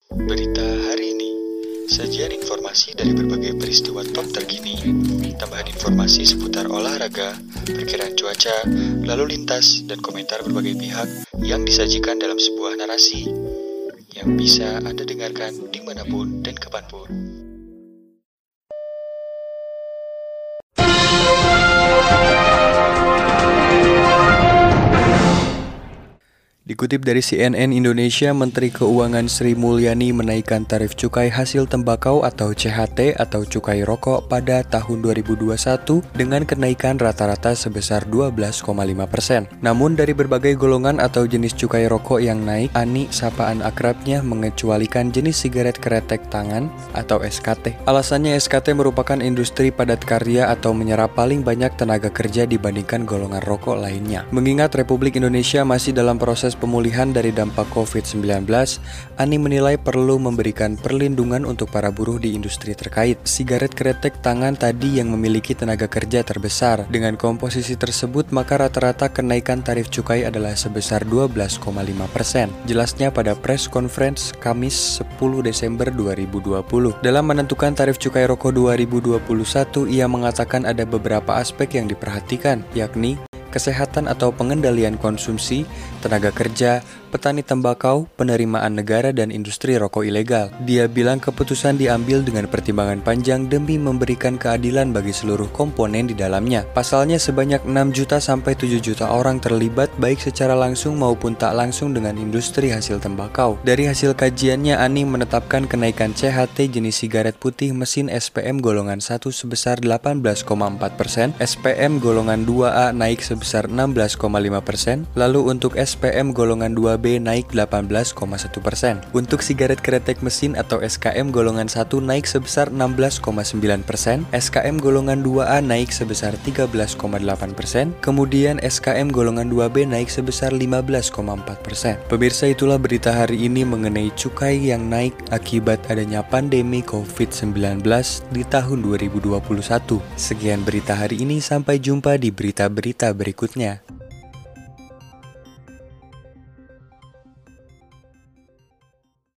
Berita hari ini, sajian informasi dari berbagai peristiwa top terkini, tambahan informasi seputar olahraga, perkiraan cuaca, lalu lintas, dan komentar berbagai pihak yang disajikan dalam sebuah narasi yang bisa Anda dengarkan dimanapun dan kapanpun. Dikutip dari CNN Indonesia, Menteri Keuangan Sri Mulyani menaikkan tarif cukai hasil tembakau atau CHT atau cukai rokok pada tahun 2021 dengan kenaikan rata-rata sebesar 12,5%. Namun dari berbagai golongan atau jenis cukai rokok yang naik, Ani, sapaan akrabnya, mengecualikan jenis sigaret kretek tangan atau SKT. Alasannya SKT merupakan industri padat karya atau menyerap paling banyak tenaga kerja dibandingkan golongan rokok lainnya. Mengingat Republik Indonesia masih dalam proses pemulihan dari dampak COVID-19, Ani menilai perlu memberikan perlindungan untuk para buruh di industri terkait. Sigaret kretek tangan tadi yang memiliki tenaga kerja terbesar. Dengan komposisi tersebut, maka rata-rata kenaikan tarif cukai adalah sebesar 12,5%. Jelasnya pada press conference Kamis 10 Desember 2020. Dalam menentukan tarif cukai rokok 2021, ia mengatakan ada beberapa aspek yang diperhatikan, yakni kesehatan atau pengendalian konsumsi, tenaga kerja, petani tembakau, penerimaan negara, dan industri rokok ilegal. Dia bilang keputusan diambil dengan pertimbangan panjang demi memberikan keadilan bagi seluruh komponen di dalamnya. Pasalnya sebanyak 6 juta sampai 7 juta orang terlibat baik secara langsung maupun tak langsung dengan industri hasil tembakau. Dari hasil kajiannya, Ani menetapkan kenaikan CHT jenis sigaret putih mesin SPM golongan 1 sebesar 18,4%, SPM golongan 2A naik sebesar 16,5%, lalu untuk SPM golongan 2B naik 18,1%. Untuk sigaret kretek mesin atau SKM golongan 1 naik sebesar 16,9%, SKM golongan 2A naik sebesar 13,8%, kemudian SKM golongan 2B naik sebesar 15,4%. Pemirsa, itulah berita hari ini mengenai cukai yang naik akibat adanya pandemi COVID-19 di tahun 2021. Sekian berita hari ini, sampai jumpa di berita-berita berikutnya.